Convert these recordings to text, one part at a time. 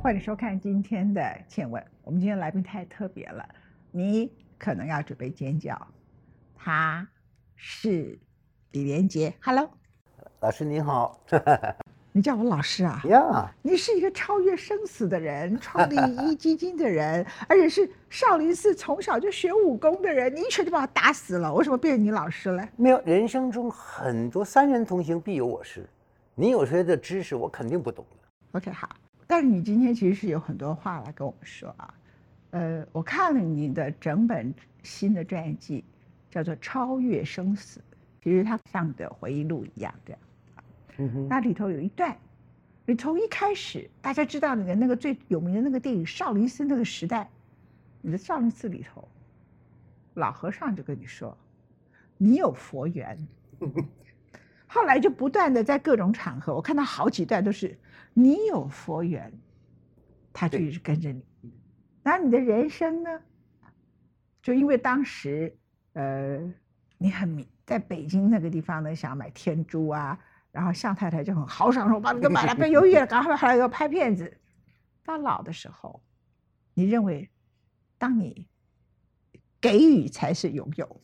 欢迎收看今天的《倩问》。我们今天来宾太特别了，你可能要准备尖叫。他是李连杰 ，Hello， 老师您好。 你叫我老师啊？ 呀， 你是一个超越生死的人，创立壹基金的人，而且是少林寺从小就学武功的人，你一拳就把我打死了，为什么变成你老师了？ 没有，人生中很多三人同行必有我师，你有些的知识我肯定不懂的。 OK， 好。但是你今天其实是有很多话来跟我们说啊。我看了你的整本新的传记，叫做《超越生死》，其实它像你的回忆录一样这样。那里头有一段，你从一开始大家知道你的那个最有名的那个电影《少林寺》那个时代，你的少林寺里头，老和尚就跟你说，你有佛缘。后来就不断的在各种场合，我看到好几段都是你有佛缘，他就一直跟着你。然后你的人生呢，就因为当时你很在北京那个地方呢，想买天珠啊，然后向太太就很豪爽说，我把你都买了，别犹豫了，赶快回来给我拍片子。到老的时候，你认为当你给予才是拥有，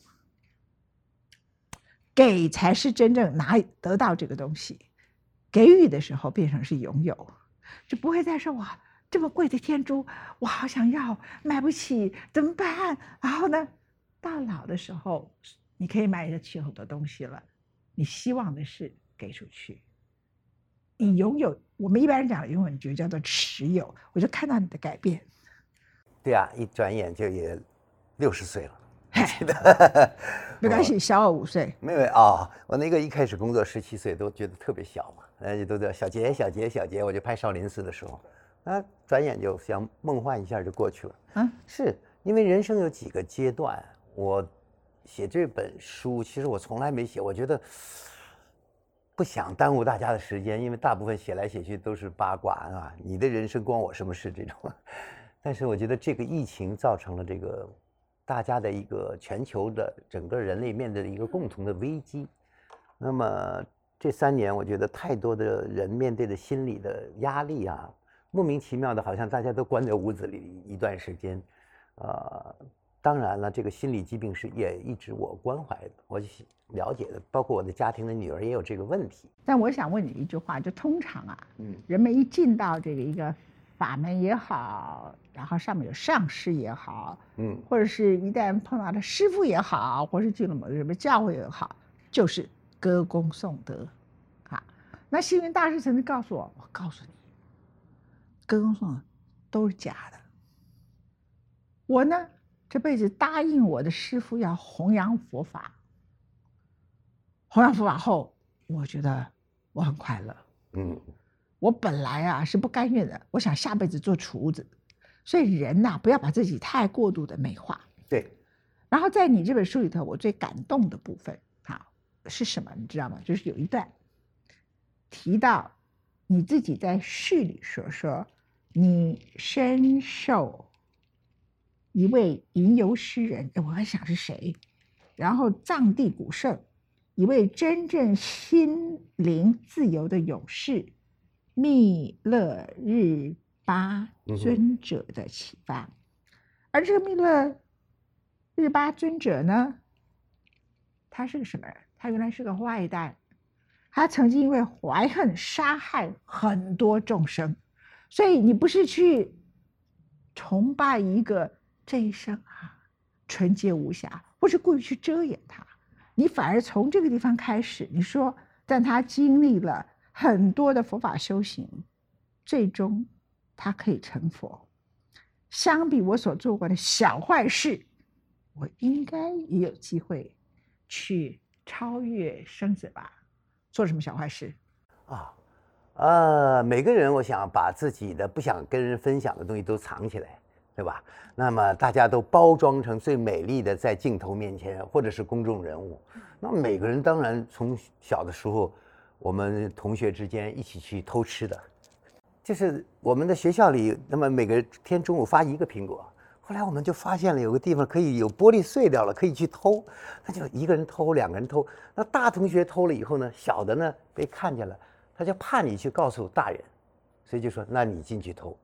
给才是真正得到这个东西，给予的时候变成是拥有，就不会再说哇这么贵的天珠我好想要，买不起怎么办？然后呢，到老的时候你可以买得起很多东西了，你希望的是给出去。你拥有，我们一般人讲的拥有就叫做持有，我就看到你的改变。 对啊，一转眼就也60岁了。 没关系，小我5岁。 没有啊，我那个一开始工作17岁都觉得特别小嘛，人家都叫小杰小杰小杰，我就拍少林寺的时候，那转眼就像梦幻一下就过去了。是因为人生有几个阶段，我写这本书其实我从来没写，我觉得不想耽误大家的时间，因为大部分写来写去都是八卦啊，你的人生关我什么事这种。但是我觉得这个疫情造成了这个大家的一个全球的整个人类面对的一个共同的危机。那么这3年，我觉得太多的人面对的心理的压力啊，莫名其妙的，好像大家都关在屋子里一段时间。当然了，这个心理疾病是也一直我关怀的，我了解的，包括我的家庭的女儿也有这个问题。 但我想问你一句话，就通常啊，人们一进到这个一个法门也好，然后上面有上师也好，或者是一旦碰到的师父也好，或是进了某个什么教会也好，就是歌功颂德啊。那星云大师曾经告诉我，我告诉你，歌功颂德都是假的。我呢，这辈子答应我的师父要弘扬佛法，弘扬佛法后，我觉得我很快乐。我本来啊是不甘愿的，我想下辈子做厨子。所以人呐，不要把自己太过度的美化。 对。 然后在你这本书里头，我最感动的部分是什么？你知道吗？就是有一段提到你自己在序里说你深受一位吟游诗人，我还想是谁，然后藏地古圣，一位真正心灵自由的勇士密勒日巴尊者的启发。而这个密勒日巴尊者呢，他是个什么人？他原来是个坏蛋，他曾经因为怀恨杀害很多众生。所以你不是去崇拜一个这一生纯洁无瑕，或是故意去遮掩他，你反而从这个地方开始，你说但他经历了很多的佛法修行，最终他可以成佛。相比我所做过的小坏事，我应该也有机会去超越生死吧。做什么小坏事每个人我想把自己的不想跟人分享的东西都藏起来，对吧？那么大家都包装成最美丽的在镜头面前，或者是公众人物。那每个人当然从小的时候，我们同学之间一起去偷吃的，就是我们的学校里，那么每个天中午发1个苹果。后来我们就发现了有个地方可以有玻璃碎掉了，可以去偷，那就1个人偷，2个人偷。那大同学偷了以后呢，小的呢被看见了，他就怕你去告诉大人，所以就说那你进去偷。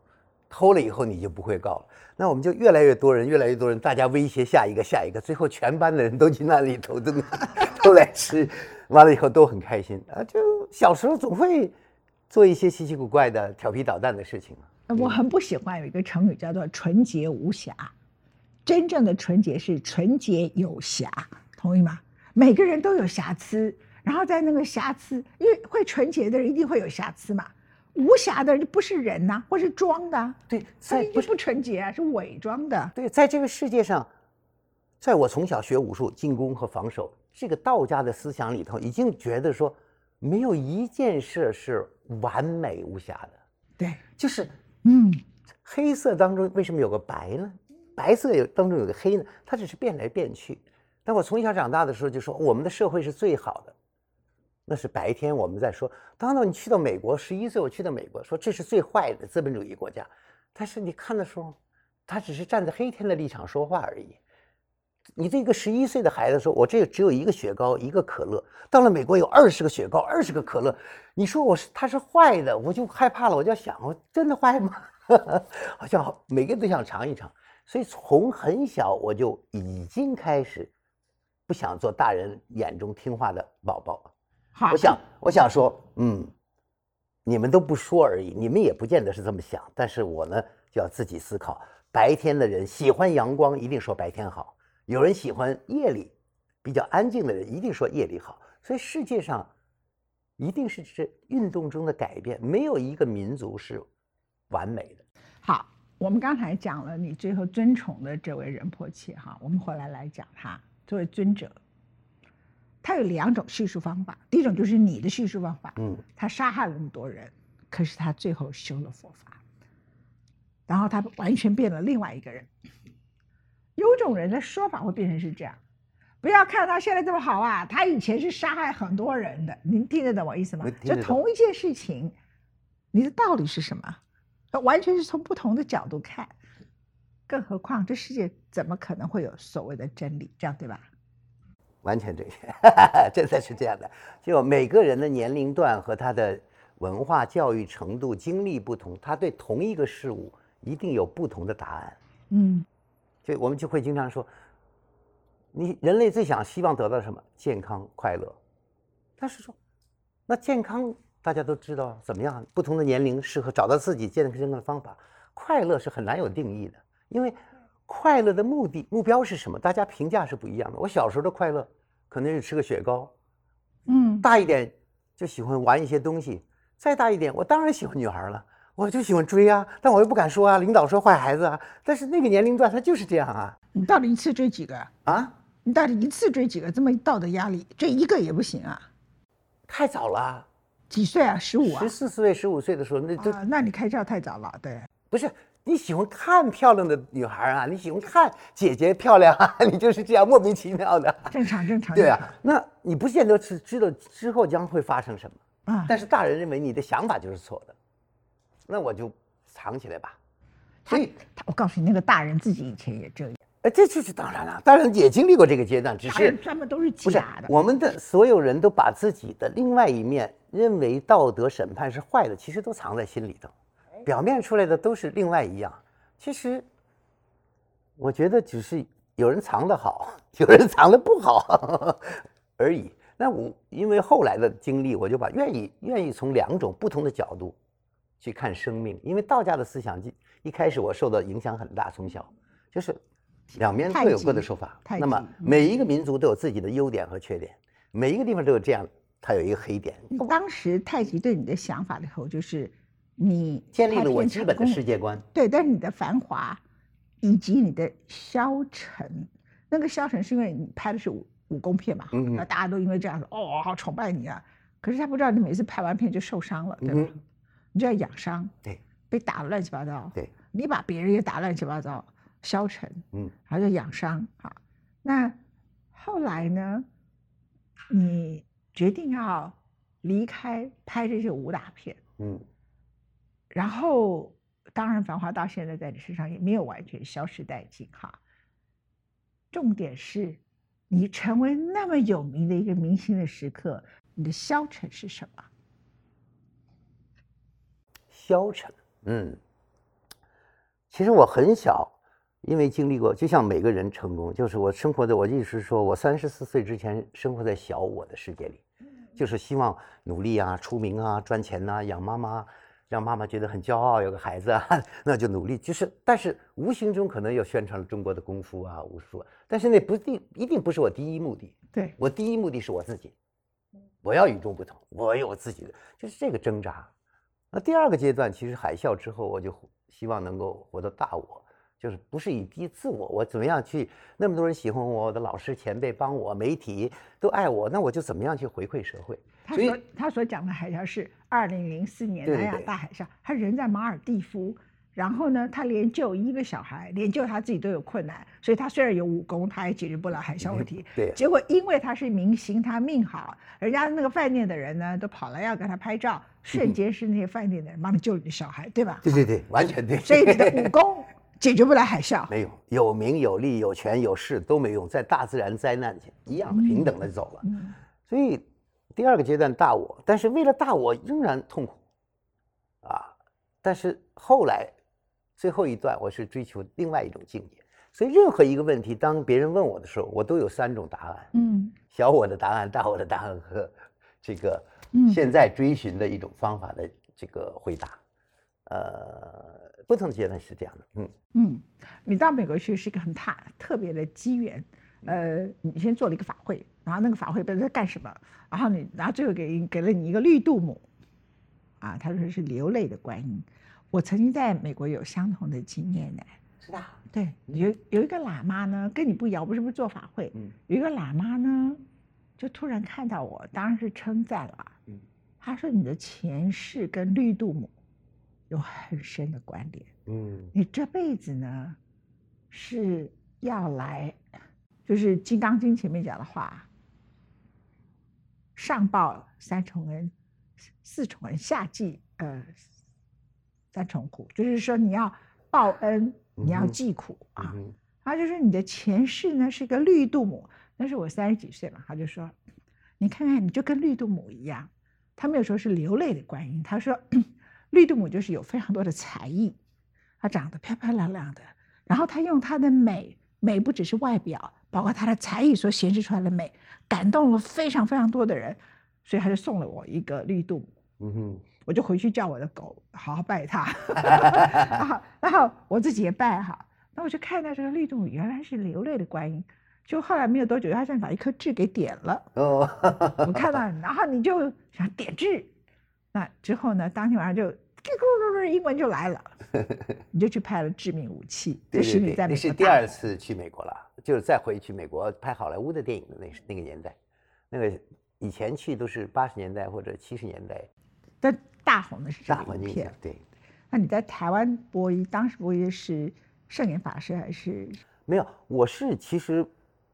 偷了以后你就不会告了。那我们就越来越多人，大家威胁下一个，最后全班的人都去那里都来吃，完了以后都很开心啊。就小时候总会做一些稀奇古怪的调皮捣蛋的事情。 我很不喜欢有一个成语叫做纯洁无瑕，真正的纯洁是纯洁有瑕，同意吗？每个人都有瑕疵，然后在那个瑕疵，因为会纯洁的人一定会有瑕疵嘛。无瑕的人不是人呐，或是装的。 对， 他一定不纯洁啊，是伪装的。 对，在这个世界上，在我从小学武术、进攻和防守这个道家的思想里头，已经觉得说，没有一件事是完美无瑕的。 对， 就是黑色当中为什么有个白呢？白色当中有个黑呢？它只是变来变去。但我从小长大的时候就说，我们的社会是最好的。那是白天我们在说，当你去到美国，11岁我去到美国，说这是最坏的资本主义国家，但是你看的时候，他只是站在黑天的立场说话而已。你这个11岁的孩子说，我这只有1个雪糕1个可乐，到了美国有20个雪糕20个可乐，你说他是坏的，我就害怕了，我就想，我真的坏吗？好像每个人都想尝一尝，所以从很小我就已经开始不想做大人眼中听话的宝宝。我想说，你们都不说而已，你们也不见得是这么想，但是我呢就要自己思考。白天的人喜欢阳光，一定说白天好；有人喜欢夜里，比较安静的人一定说夜里好。所以世界上一定是这运动中的改变，没有一个民族是完美的。 好，我们刚才讲了你最后尊崇的这位仁波切哈，我们回来讲他作为尊者。他有2种叙述方法，第一种就是你的叙述方法，他杀害了那么多人，可是他最后修了佛法，然后他完全变了另外一个人。有种人的说法会变成是这样，不要看他现在这么好啊，他以前是杀害很多人的。您听得懂我意思吗？就同一件事情，你的道理是什么？完全是从不同的角度看，更何况这世界怎么可能会有所谓的真理？这样对吧？ 完全对，真的是这样的。就每个人的年龄段和他的文化教育程度、经历不同，他对同一个事物一定有不同的答案。就我们就会经常说，你人类最希望得到什么？健康快乐。但是说，那健康大家都知道怎么样？不同的年龄适合找到自己健康的方法。快乐是很难有定义的，因为快乐的目标是什么？大家评价是不一样的。我小时候的快乐可能是吃个雪糕，大一点就喜欢玩一些东西，再大一点我当然喜欢女孩了，我就喜欢追啊，但我又不敢说啊，领导说坏孩子啊。但是那个年龄段他就是这样啊。 你到底一次追几个啊？你到底一次追几个？这么道德压力，追1个也不行啊？ 太早了。 几岁啊？15啊 ？14岁、15岁的时候， 那你开窍太早了。对， 不是你喜欢看漂亮的女孩啊，你喜欢看姐姐漂亮啊，你就是这样莫名其妙的。 正常。 对啊，那你不见得是知道之后将会发生什么啊？ 但是大人认为你的想法就是错的，那我就藏起来吧。所以我告诉你，那个大人自己以前也这样。 这就是当然了，当然也经历过这个阶段，只是他们都是假的。 我们的所有人都把自己的另外一面认为道德审判是坏的，其实都藏在心里头，表面出来的都是另外一样。其实我觉得只是有人藏得好，有人藏得不好而已。那我因为后来的经历，我就把愿意从2种不同的角度去看生命。因为道家的思想一开始我受到影响很大，从小就是两面各有各的说法。那么每一个民族都有自己的优点和缺点，每一个地方都有这样，它有一个黑点。 当时太极对你的想法里头，就是你建立了我基本的世界观。 对，但是你的繁华以及你的消沉，那个消沉是因为你拍的是武功片嘛，那大家都因为这样说，哦，好崇拜你啊。可是他不知道你每次拍完片就受伤了，对吧？你就要养伤， 对， 被打得乱七八糟， 对， 你把别人也打乱七八糟，消沉，还是养伤啊。那后来呢，你决定要离开拍这些武打片，然后当然繁华到现在在你身上也没有完全消失殆尽哈。重点是你成为那么有名的一个明星的时刻，你的消沉是什么？ 消沉， 其实我很小，因为经历过，就像每个人成功，就是我生活的，我一直说我34岁之前生活在小我的世界里，就是希望努力啊、出名啊、赚钱啊、养妈妈，让妈妈觉得很骄傲，有个孩子啊，那就努力。就是，但是无形中可能又宣传了中国的功夫啊、武术，但是那一定不是我第一目的。 对， 我第一目的是我自己，我要与众不同，我有我自己的，就是这个挣扎。那第二个阶段，其实海啸之后，我就希望能够活到大我，就是不是以低自我，我怎么样去那么多人喜欢我，我的老师前辈帮我，媒体都爱我，那我就怎么样去回馈社会。 他所讲的海啸是2004年南亚大海啸，他人在马尔地夫，然后呢，他连救一个小孩，连救他自己都有困难，所以他虽然有武功，他也解决不了海啸问题。 对， 结果因为他是明星，他命好，人家那个饭店的人呢都跑来要跟他拍照，瞬间是那些饭店的人帮你救你的小孩，对吧？ 对，完全对。 所以你的武功解决不了海啸， 没有，有名有利有权有势都没用，在大自然灾难前一样的平等的走了。所以第二个阶段大我，但是为了大我仍然痛苦啊。但是后来最后一段我是追求另外一种境界。所以任何一个问题，当别人问我的时候，我都有3种答案。小我的答案、大我的答案和这个现在追寻的一种方法的这个回答。不同的阶段是这样的。 你到美国去是一个很特别的机缘。你先做了一个法会，然后那个法会不知道在干什么，然后最后给了你一个绿度母，啊，他说是流泪的观音。我曾经在美国有相同的经验呢。 是的。 对，有一个喇嘛呢，跟你不一样，我不是做法会，有一个喇嘛呢，就突然看到我，当然是称赞了。他说你的前世跟绿度母有很深的关联。你这辈子呢是要来，就是《金刚经》前面讲的话，上报3重恩，4重恩，下济3重苦，就是说你要报恩，你要济苦啊。他就说你的前世呢是个绿度母，那是我30几岁嘛，他就说你看看你就跟绿度母一样。他没有说是流泪的观音，他说绿度母就是有非常多的才艺，她长得漂漂亮亮的，然后她用她的美不只是外表，包括她的才艺所显示出来的美，感动了非常非常多的人，所以他就送了我一个绿度母。我就回去叫我的狗好好拜它然后我自己也拜好，那我就看到这个绿度母原来是流泪的观音。就后来没有多久，他现在把一颗痣给点了。我看到，然后你就想点痣，那之后呢，当天晚上就英文就来了，你就去拍了《致命武器》。 对，那是第2次去美国了，就是再回去美国拍好莱坞的电影的那个年代，那个以前去都是80年代或者70年代。 但大红的是这个影片。 对。 那你在台湾播音，当时播音是圣严法师还是？没有， 我是其实。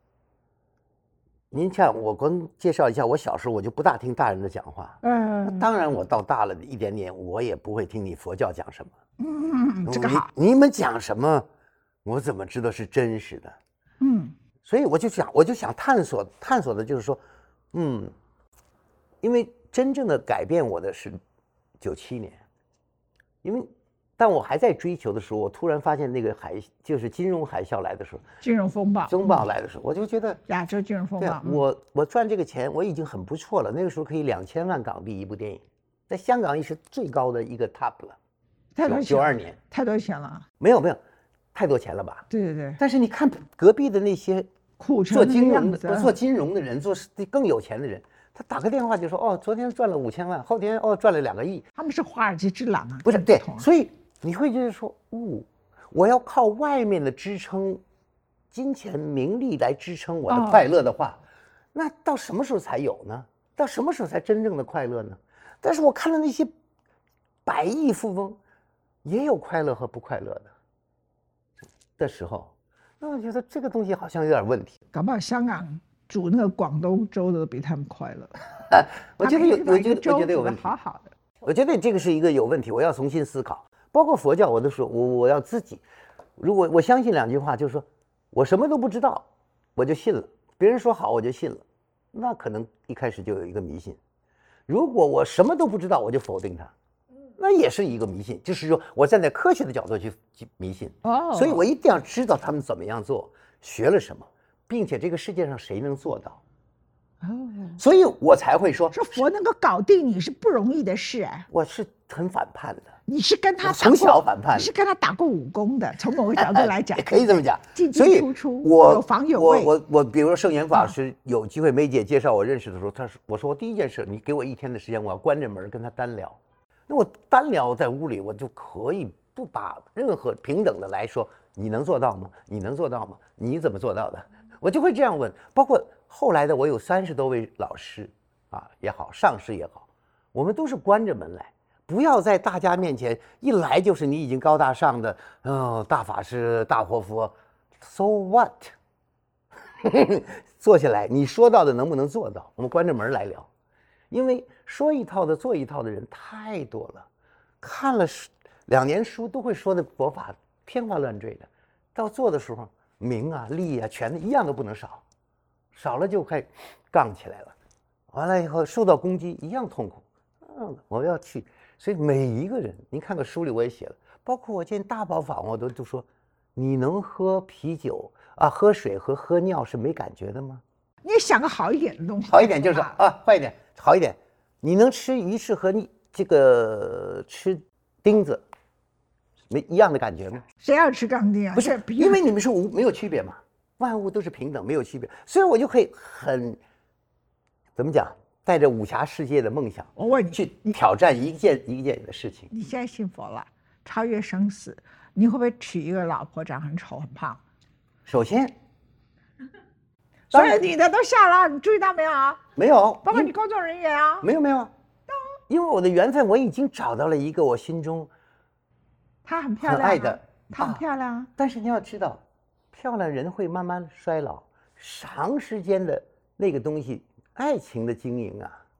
您像我光介绍一下，我小时候我就不大听大人的讲话。当然我到大了一点点，我也不会听你佛教讲什么。 这个好。 你们讲什么，我怎么知道是真实的？所以我就想探索的就是说，因为真正的改变我的是97年，因为。但我还在追求的时候，我突然发现那个就是金融海啸来的时候， 金融风暴来的时候，我就觉得亚洲金融风暴。 我赚这个钱我已经很不错了。那个时候可以2000万港币一部电影，在香港也是最高的一个 top 了。 太多钱 ，92年， 太多钱了。 没有，太多钱了吧？ 对。 但是你看隔壁的那些做金融的人，做更有钱的人。他打个电话就说：“哦，昨天赚了5000万，后天赚了2个亿。” 他们是华尔街之狼啊！ 不是对，所以你会就是说，我要靠外面的支撑，金钱、名利来支撑我的快乐的话，那到什么时候才有呢？到什么时候才真正的快乐呢？但是我看到那些100亿富翁，也有快乐和不快乐的时候，那我觉得这个东西好像有点问题。 搞不好香港煮那个广东粥的都比他们快乐。 我觉得有问题。 好好的， 我觉得这个是一个有问题，我要重新思考。包括佛教，我都说我要自己，如果我相信2句话，就是说我什么都不知道，我就信了；别人说好，我就信了，那可能一开始就有一个迷信。如果我什么都不知道，我就否定它， 那也是一个迷信，就是说我站在科学的角度去迷信。所以我一定要知道他们怎么样做，学了什么，并且这个世界上谁能做到。所以我才会说佛能够搞定你是不容易的事。 我是很反叛的。 你是跟他从小反叛， 你是跟他打过武功的，从某个角度来讲可以这么讲。 进进出出，有防有卫。 我比如说圣严法师有机会梅姐介绍我认识的时候，我说我第一件事，你给我1天的时间，我要关着门跟他单聊。那我单聊在屋里，我就可以不把任何平等的来说，你能做到吗？你能做到吗？你怎么做到的？我就会这样问。包括后来的我有30多位老师也好，上师也好，我们都是关着门来。不要在大家面前一来就是你已经高大上的大法师大活佛 ，so what？ 坐下来，你说到的能不能做到？我们关着门来聊，因为说一套的做一套的人太多了，看了2年书都会说的佛法天花乱坠的，到做的时候名啊利啊权一样都不能少，少了就快杠起来了，完了以后受到攻击一样痛苦。我要去。所以每一个人，您看个书里我也写了，包括我见大宝法王，我都说，你能喝啤酒喝水和喝尿是没感觉的吗？ 你也想个好一点的东西。 好一点就是坏一点，好一点。你能吃鱼翅和你这个吃钉子，没一样的感觉吗？ 谁要吃钢钉啊？ 不是，因为你们是没有区别嘛，万物都是平等，没有区别，所以我就可以很怎么讲？带着武侠世界的梦想， 我问你， 去挑战一件一件的事情。 你现在信佛了，超越生死，你会不会娶一个老婆长很丑很胖？ 首先， 所有女的都下了，你注意到没有？ 没有， 包括你工作人员啊。 没有，因为我的缘分，我已经找到了一个我心中她很漂亮， 很爱的， 她很漂亮。 但是你要知道，漂亮人会慢慢衰老，长时间的那个东西。爱情的经营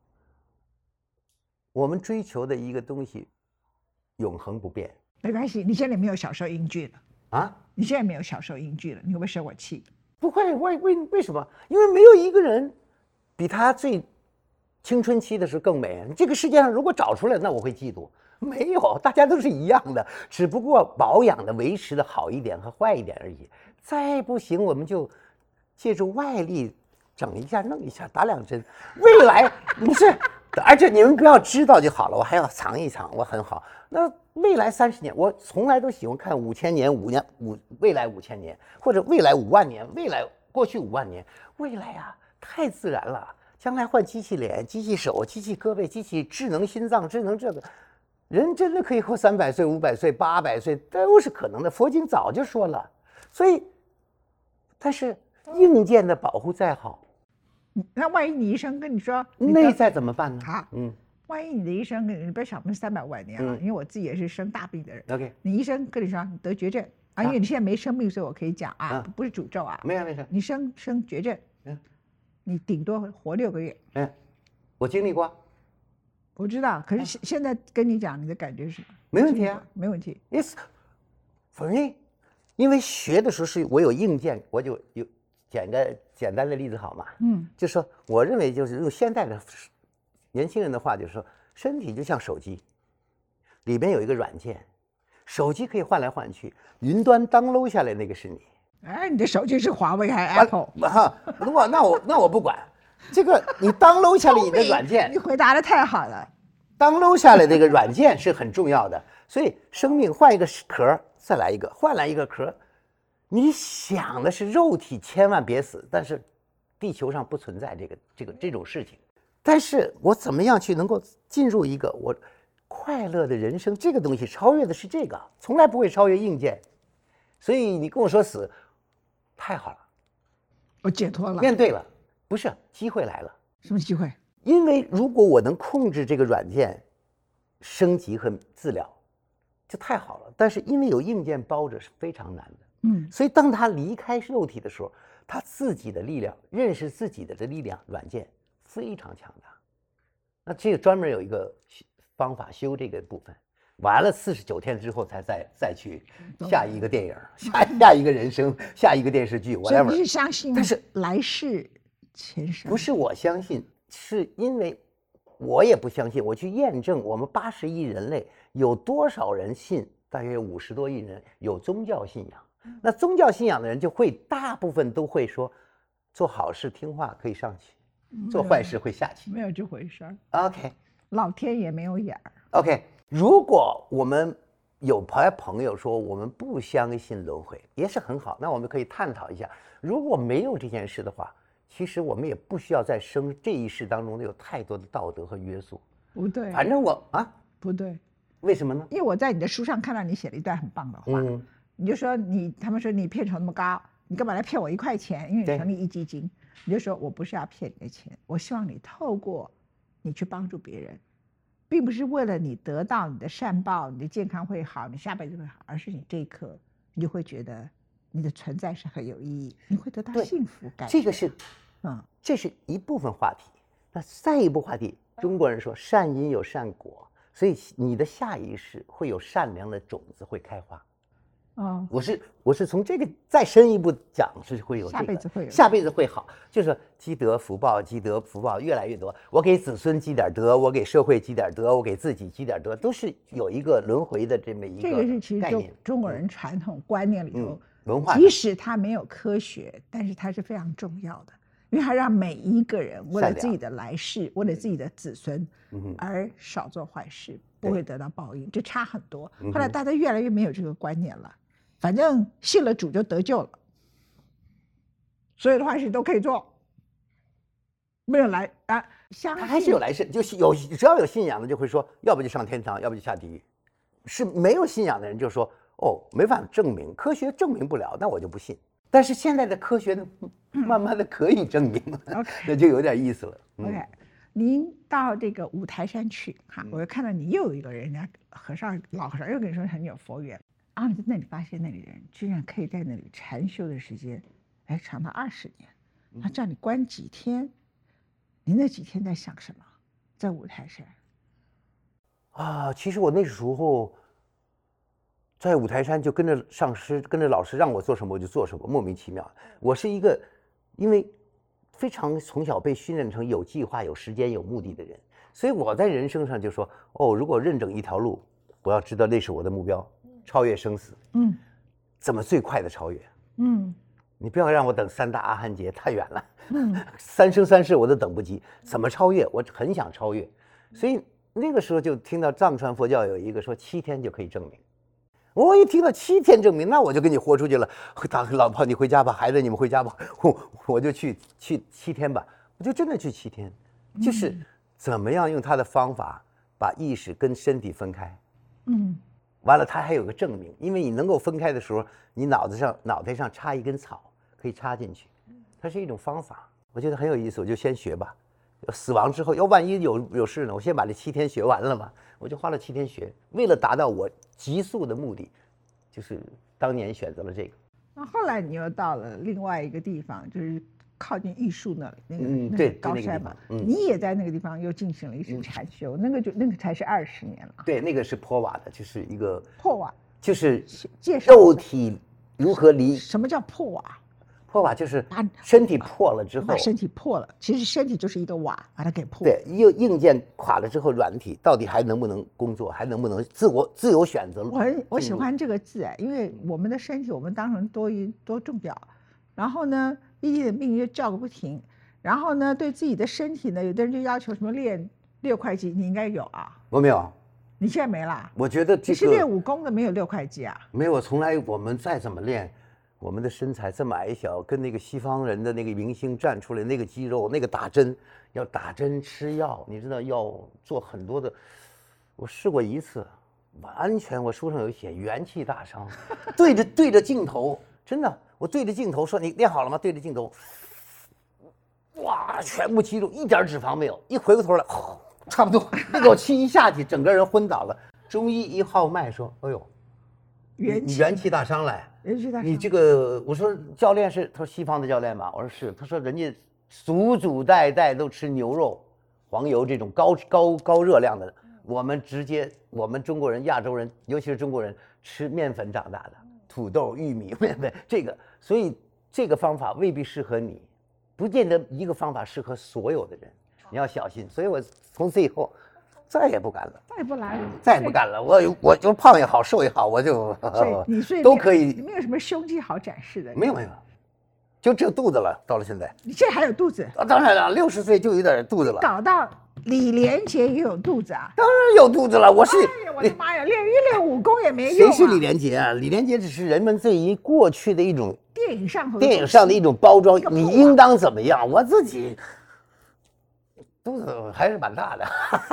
我们追求的一个东西，永恒不变。 没关系，你现在没有小时候英俊了你现在没有小时候英俊了，你会不会生我气？ 不会，为什么？因为没有一个人比他最青春期的时候更美。这个世界上如果找出来，那我会嫉妒。没有，大家都是一样的，只不过保养的、维持的好一点和坏一点而已。再不行，我们就借助外力。整一下弄一下打2针，未来不是，而且你们不要知道就好了，我还要藏一藏，我很好。那未来30年，我从来都喜欢看5000年、未来5000年，或者未来5万年，过去5万年，未来太自然了。将来换机器脸、机器手、机器胳膊、机器智能心脏、智能这个，人真的可以活300岁、500岁、800岁，都是可能的。佛经早就说了，所以，但是硬件的保护再好。 那万一你医生跟你说内在怎么办呢？ 万一你的医生跟你不要想我们300万年因为我自己也是生大病的人。 OK， 你医生跟你说你得绝症因为你现在没生病，所以我可以讲不是诅咒没事。 你生绝症，你顶多活6个月。 我经历过， 我知道。可是现在跟你讲，你的感觉是什么？ 没问题啊， 没问题。 Yes， for me， 因为学的时候是我有硬件，我就有。简单的例子好吗？就说我认为就是用现代的年轻人的话，就是说身体就像手机，里边有一个软件，手机可以换来换去，云端download下来那个是你。 你的手机是华为还是 Apple？ 那我不管，这个你download下来你的软件， 你回答的太好了。 download下来那个软件是很重要的，所以生命换一个壳，再来一个，换来一个壳。你想的是肉体千万别死，但是地球上不存在这种事情。但是我怎么样去能够进入一个我快乐的人生？这个东西超越的是这个，从来不会超越硬件。所以你跟我说死，太好了， 我解脱了， 面对了，不是机会来了。 什么机会？ 因为如果我能控制这个软件升级和治疗，就太好了。但是因为有硬件包着是非常难的。所以当他离开肉体的时候，他自己的力量，认识自己的力量软件非常强大。那这个专门有一个方法修这个部分，完了49天之后才再去下一个电影，下一个人生，下一个电视剧 whatever。 所以你是相信，但是来世前生不是我相信，是因为我也不相信，我去验证我们80亿人类有多少人信，大约50多亿人有宗教信仰。那宗教信仰的人就会大部分都会说，做好事听话可以上去，做坏事会下去。 没有这回事儿。 OK， 老天爷没有眼儿。 OK， 如果我们有朋友说我们不相信轮回，也是很好，那我们可以探讨一下，如果没有这件事的话，其实我们也不需要在这一世当中有太多的道德和约束。 不对， 反正不对， 为什么呢？ 因为我在你的书上看到你写了一段很棒的话，你就说他们说你片酬那么高，你干嘛来骗我1块钱？因为你成立一基金，你就说我不是要骗你的钱，我希望你透过你去帮助别人，并不是为了你得到你的善报，你的健康会好，你下辈子会好，而是你这一刻你就会觉得你的存在是很有意义，你会得到幸福感。 这个是，这是一部分话题。那再一部话题，中国人说善因有善果，所以你的下一世会有善良的种子会开花。我是从这个再深一步讲，是会有这个下辈子会好，就是积德福报，积德福报越来越多。我给子孙积点德，我给社会积点德，我给自己积点德，都是有一个轮回的这么一个概念。 这个是其实中国人传统观念里头， 文化， 即使它没有科学，但是它是非常重要的，因为它让每一个人为了自己的来世，为了自己的子孙，而少做坏事，不会得到报应，这差很多。后来大家越来越没有这个观念了。反正信了主就得救了，所有的坏事都可以做，没有来啊，相信他还是有来世，就是只要有信仰的就会说，要不就上天堂，要不就下地狱。是没有信仰的人就说，没法证明，科学证明不了，那我就不信。但是现在的科学呢，慢慢的可以证明了，那就有点意思了。 OK， 您到这个五台山去哈，我又看到你又有一个人家老和尚又跟你说很有佛缘。你在那里发现那里人居然可以在那里禅修的时间，长达20年，他叫你关几天？你那几天在想什么？在五台山？ 其实我那时候在五台山就跟着上师，跟着老师让我做什么我就做什么，莫名其妙。我是一个因为非常从小被训练成有计划、有时间、有目的的人，所以我在人生上就说，如果认准一条路，我要知道那是我的目标。超越生死，怎么最快的超越？你不要让我等3大阿含劫，太远了。3生3世我都等不及，怎么超越？我很想超越，所以那个时候就听到藏传佛教有一个说7天就可以证明。我一听到7天证明，那我就跟你豁出去了。老婆你回家吧，孩子你们回家吧，我就去7天吧，我就真的去7天，就是怎么样用他的方法把意识跟身体分开。完了，它还有个证明，因为你能够分开的时候，你脑袋上插一根草，可以插进去，它是一种方法，我觉得很有意思，我就先学吧。死亡之后，要万一有事呢，我先把这7天学完了嘛，我就花了7天学，为了达到我急速的目的，就是当年选择了这个。 那后来你又到了另外一个地方，就是靠近艺术那里，那个高山嘛，你也在那个地方又进行了一次禅修，那个才是20年了。 对，那个是破瓦的，就是一个破瓦， 就是肉体如何离。 什么叫破瓦？ 破瓦就是把身体破了之后， 把身体破了，其实身体就是一个瓦，把它给破。 对，硬件垮了之后，软体到底还能不能工作，还能不能自由选择？ 我喜欢这个字，因为我们的身体我们当成多重要，然后呢，一点病就叫个不停，然后呢，对自己的身体呢，有的人就要求什么练6块肌，你应该有啊？ 我没有。 你现在没啦？ 我觉得你是练武功的，没有6块肌啊？ 没有，从来我们再怎么练，我们的身材这么矮小，跟那个西方人的那个明星站出来那个肌肉，那个打针要打针吃药，你知道要做很多的。我试过一次，完全我书上有写元气大伤，对着镜头，真的，我对着镜头说你练好了吗？对着镜头，哇，全部肌肉一点脂肪没有，一回过头来，差不多那口气一下去，整个人昏倒了。中医一号脉说，哎呦，你元气大伤来。你这个，我说教练是，他说西方的教练嘛，我说是，他说人家祖代代都吃牛肉、黄油这种高热量的，我们中国人、亚洲人，尤其是中国人吃面粉长大的，土豆、玉米、面粉这个，所以这个方法未必适合你，不见得一个方法适合所有的人。 你要小心。所以我从此以后再也不敢了， 再也不来了， 再也不敢了。我就胖也好，瘦也好，我就所以都可以。 你没有什么胸肌好展示的？ 没有，就只有肚子了。到了现在， 你现在还有肚子？ 当然了，60岁就有点肚子了。 搞到李连杰也有肚子啊？ 当然有肚子了，我是。 哎呀，我的妈呀，练武功也没用。 谁是李连杰啊？李连杰只是人们对于过去的一种电影上的一种包装，你应当怎么样？我自己肚子还是蛮大的。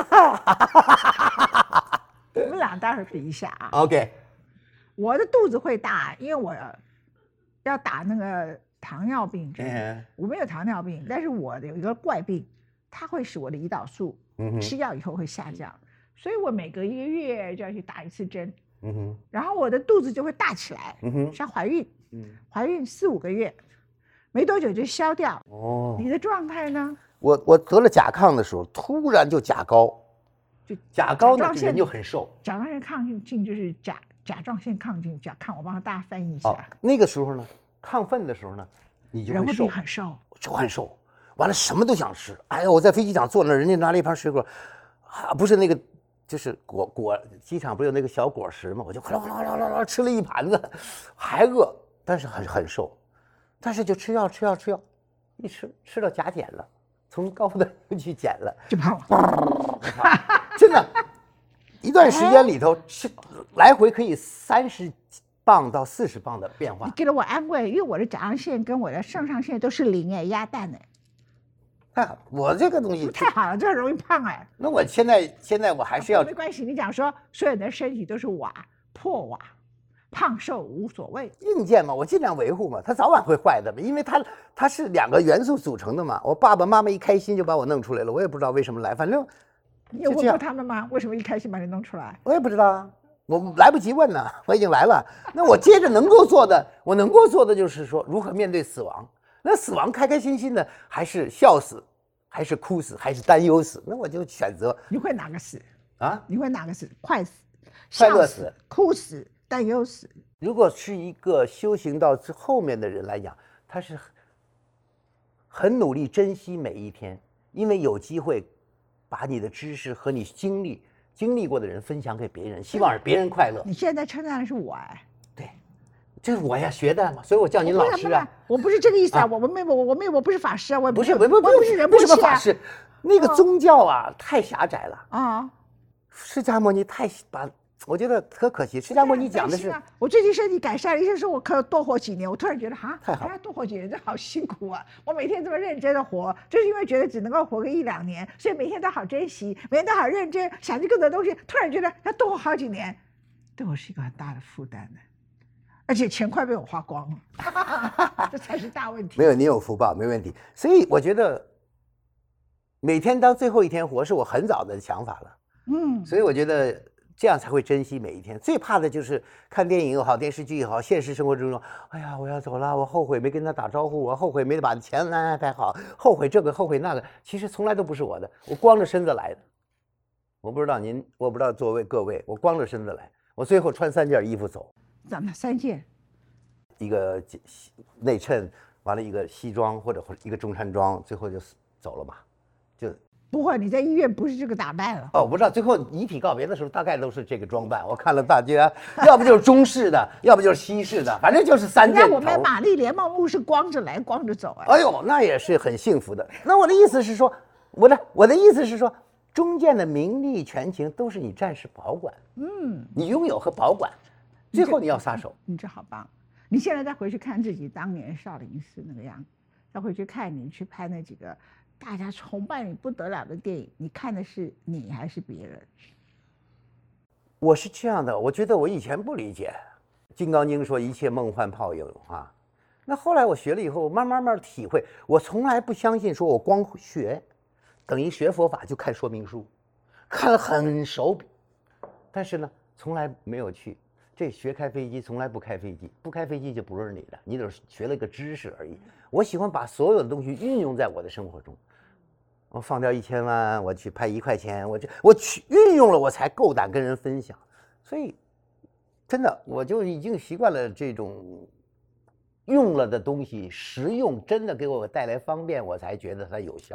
我们俩待会儿比一下啊。 OK。 我的肚子会大，因为我要打那个糖尿病针。我没有糖尿病，但是我有一个怪病，它会使我的胰岛素吃药以后会下降，所以我每隔1个月就要去打1次针。然后我的肚子就会大起来，像怀孕，怀孕4、5个月，没多久就消掉。你的状态呢？ 我得了甲亢的时候，突然就甲高，甲高呢人就很瘦。 甲状腺亢进就是甲状腺亢进，甲亢我帮大家翻译一下。 那个时候呢，亢奋的时候呢，你就会瘦， 很瘦， 就很瘦。完了什么都想吃。哎呀，我在飞机场坐那，人家拿了一盘水果，不是那个。就是机场不是有那个小果实吗？我就哗啦啦啦啦吃了一盘子，还饿，但是很瘦，但是就吃药，一吃到甲减了，从高的又去减了， 就胖了。 真的，一段时间里头吃来回可以30磅到40磅的变化。 你给了我安慰，因为我的甲状腺跟我的肾上腺都是0哎，鸭蛋哎。 太好，我这个东西太好了，这容易胖哎。 那我现在我还是要没关系，你讲说所有人的身体都是瓦，破瓦，胖瘦无所谓。 硬件嘛，我尽量维护嘛，它早晚会坏的嘛，因为它是2个元素组成的嘛。我爸爸妈妈一开心就把我弄出来了，我也不知道为什么来，反正你有问过他们吗？为什么一开心把你弄出来？ 我也不知道啊，我来不及问呢，我已经来了。那我接着能够做的就是说如何面对死亡。那死亡开开心心的，还是笑死，还是哭死，还是担忧死？那我就选择。 你会哪个死啊？ 你会哪个死？快死、 快乐死、 哭死、担忧死？ 如果是一个修行到后面的人来讲，他是很努力珍惜每一天，因为有机会把你的知识和你经历过的人分享给别人，希望让别人快乐。 你现在称赞的是我哎。 这是我呀学的嘛，所以我叫您老师啊。 我不是这个意思啊，我不是法师啊，我不是人不是什么法师，那个宗教啊太狭窄了啊。 释迦牟尼我觉得特可惜。释迦牟尼讲的是， 我最近身体改善了，医生说我可以多活几年，我突然觉得太好， 多活几年，这好辛苦啊！我每天这么认真的活，就是因为觉得只能够活个1、2年，所以每天都好珍惜，每天都好认真，想去更多东西，突然觉得要多活好几年，对我是一个很大的负担的。而且钱快被我花光了，这才是大问题。 没有，你有福报，没问题。所以我觉得每天当最后一天活是我很早的想法了。所以我觉得这样才会珍惜每一天。最怕的就是看电影也好，电视剧也好，现实生活中，哎呀，我要走了，我后悔没跟他打招呼，我后悔没把钱安排好，后悔这个后悔那个，其实从来都不是我的，我光着身子来的。我不知道各位，我光着身子来，我最后穿3件衣服走。 怎么3件？ 一个内衬，完了一个西装或者一个中山装，最后就走了嘛，就不会，你在医院不是这个打扮了。 我不知道，最后遗体告别的时候大概都是这个装扮。我看了大家，要不就是中式的，要不就是西式的，反正就是3件头。 我们玛丽莲梦露是光着来光着走啊。 哎呦，那也是很幸福的。那我的意思是说，我的意思是说，中间的名利权情都是你暂时保管，你拥有和保管。最后你要撒手， 你这好棒！你现在再回去看自己当年少林寺那个样子，再回去看你去拍那几个大家崇拜你不得了的电影，你看的是你还是别人？ 我是这样的，我觉得我以前不理解，《金刚经》说一切梦幻泡影啊。那后来我学了以后，慢慢体会，我从来不相信说我光学等于学佛法就看说明书，看了很熟，但是呢，从来没有去。这学开飞机从来不开飞机，不开飞机就不是你的，你只是学了一个知识而已。我喜欢把所有的东西运用在我的生活中。我放掉1000万，我去拍1块钱，我去运用了，我才够胆跟人分享。所以，真的我就已经习惯了这种用了的东西实用，真的给我带来方便，我才觉得它有效。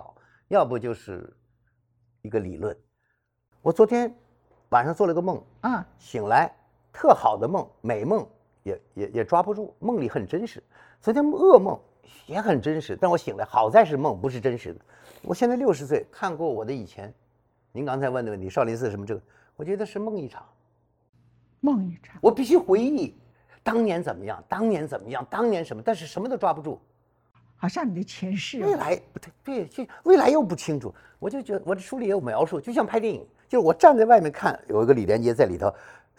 要不就是一个理论。我昨天晚上做了个梦啊，醒来特好的梦，美梦也抓不住，梦里很真实。昨天噩梦也很真实，但我醒来好在是梦，不是真实的。我现在60岁，看过我的以前，您刚才问的问题，少林寺什么这个，我觉得是梦一场。 梦一场， 我必须回忆当年怎么样，当年怎么样，当年什么，但是什么都抓不住， 好像你的前世， 未来不对，对，未来又不清楚。我就觉得我的书里也有描述，就像拍电影，就是我站在外面看，有一个李连杰在里头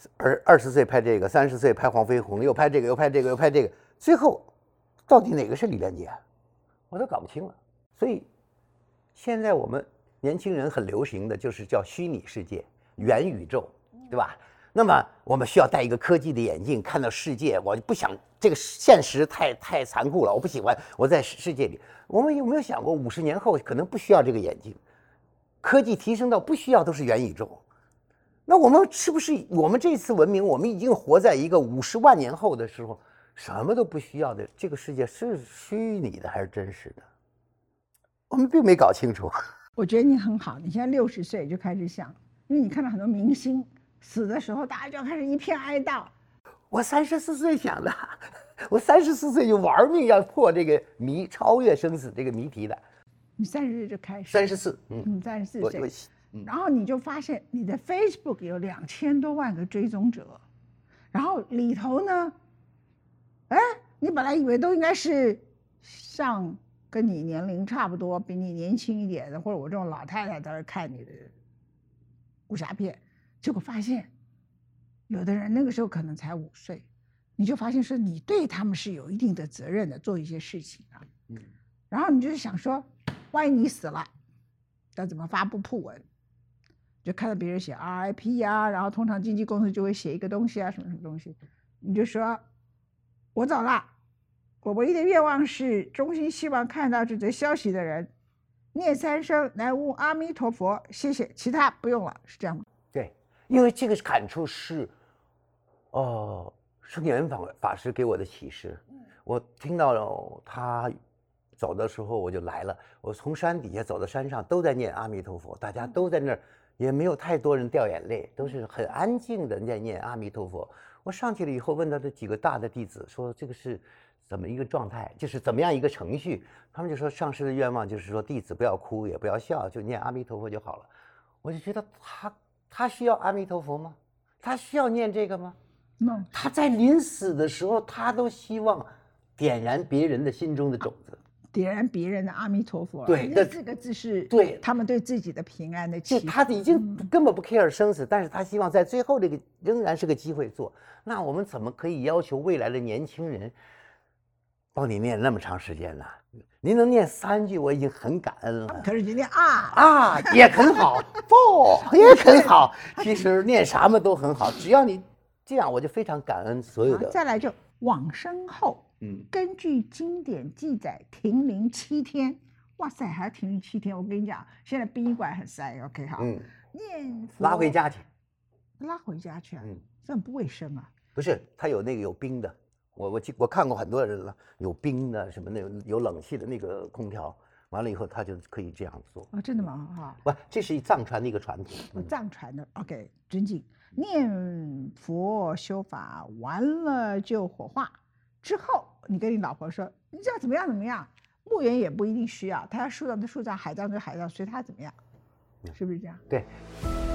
，20岁拍这个，30岁拍黄飞鸿，又拍这个，又拍这个，又拍这个，最后到底哪个是李连杰，我都搞不清了。所以现在我们年轻人很流行的就是叫虚拟世界、元宇宙，对吧？那么我们需要戴一个科技的眼镜看到世界，我不想这个现实太残酷了，我不喜欢我在世界里。我们有没有想过50年后可能不需要这个眼镜，科技提升到不需要都是元宇宙？那我们是不是我们这次文明，我们已经活在一个50万年后的时候，什么都不需要的这个世界是虚拟的还是真实的？我们并没搞清楚。 我觉得你很好，你现在60岁就开始想，因为你看到很多明星死的时候，大家就要开始一片哀悼。 我34岁想的，我34岁就玩命要破这个谜，超越生死这个谜题的。 你30岁就开始 ？34， 嗯，34岁，然后你就发现你的 Facebook 有2000多万个追踪者，然后里头呢，哎，你本来以为都应该是像跟你年龄差不多、比你年轻一点的，或者我这种老太太在这看你的武侠片。结果发现，有的人那个时候可能才5岁，你就发现是你对他们是有一定的责任的，做一些事情啊。然后你就是想说，万一你死了，要怎么发布讣文？就看到别人写 RIP 啊，然后通常经纪公司就会写一个东西啊，什么什么东西，你就说，我走了，我唯一的愿望是，衷心希望看到这则消息的人念3声南无阿弥陀佛，谢谢，其他不用了，是这样吗？ 对。因为这个感触是，圣严法师给我的启示。我听到了他走的时候，我就来了。我从山底下走到山上，都在念阿弥陀佛，大家都在那儿，也没有太多人掉眼泪，都是很安静的在念阿弥陀佛。我上去了以后，问他的几个大的弟子说：“这个是怎么一个状态？就是怎么样一个程序？”他们就说：“上师的愿望就是说，弟子不要哭，也不要笑，就念阿弥陀佛就好了。”我就觉得他需要阿弥陀佛吗？他需要念这个吗？他在临死的时候，他都希望点燃别人的心中的种子， 点燃别人的阿弥陀佛。 对， 那4个字是对他们对自己的平安的祈福。 他已经根本不 care 生死，但是他希望在最后这个仍然是个机会做。那我们怎么可以要求未来的年轻人帮你念那么长时间呢？您能念3句，我已经很感恩了。 可是你念也很好，不也很好。其实念什么都很好，只要你这样，我就非常感恩所有的。 再来就往生后，根据经典记载，停灵7天。哇塞，还要停灵7天！我跟你讲，现在殡仪馆很塞 ，OK 好。念佛拉回家去， 拉回家去啊？这很不卫生啊。 不是，他有那个有冰的。我看过很多人了，有冰的什么那有冷气的那个空调，完了以后他就可以这样做。 真的吗？哈， 不，这是藏传的一个传统。 藏传的 ，OK， 尊敬。念佛修法完了就火化，之后你跟你老婆说，你知道怎么样怎么样，墓园也不一定需要，他要树葬就树葬，海葬就海葬，随他怎么样，是不是这样？ 对。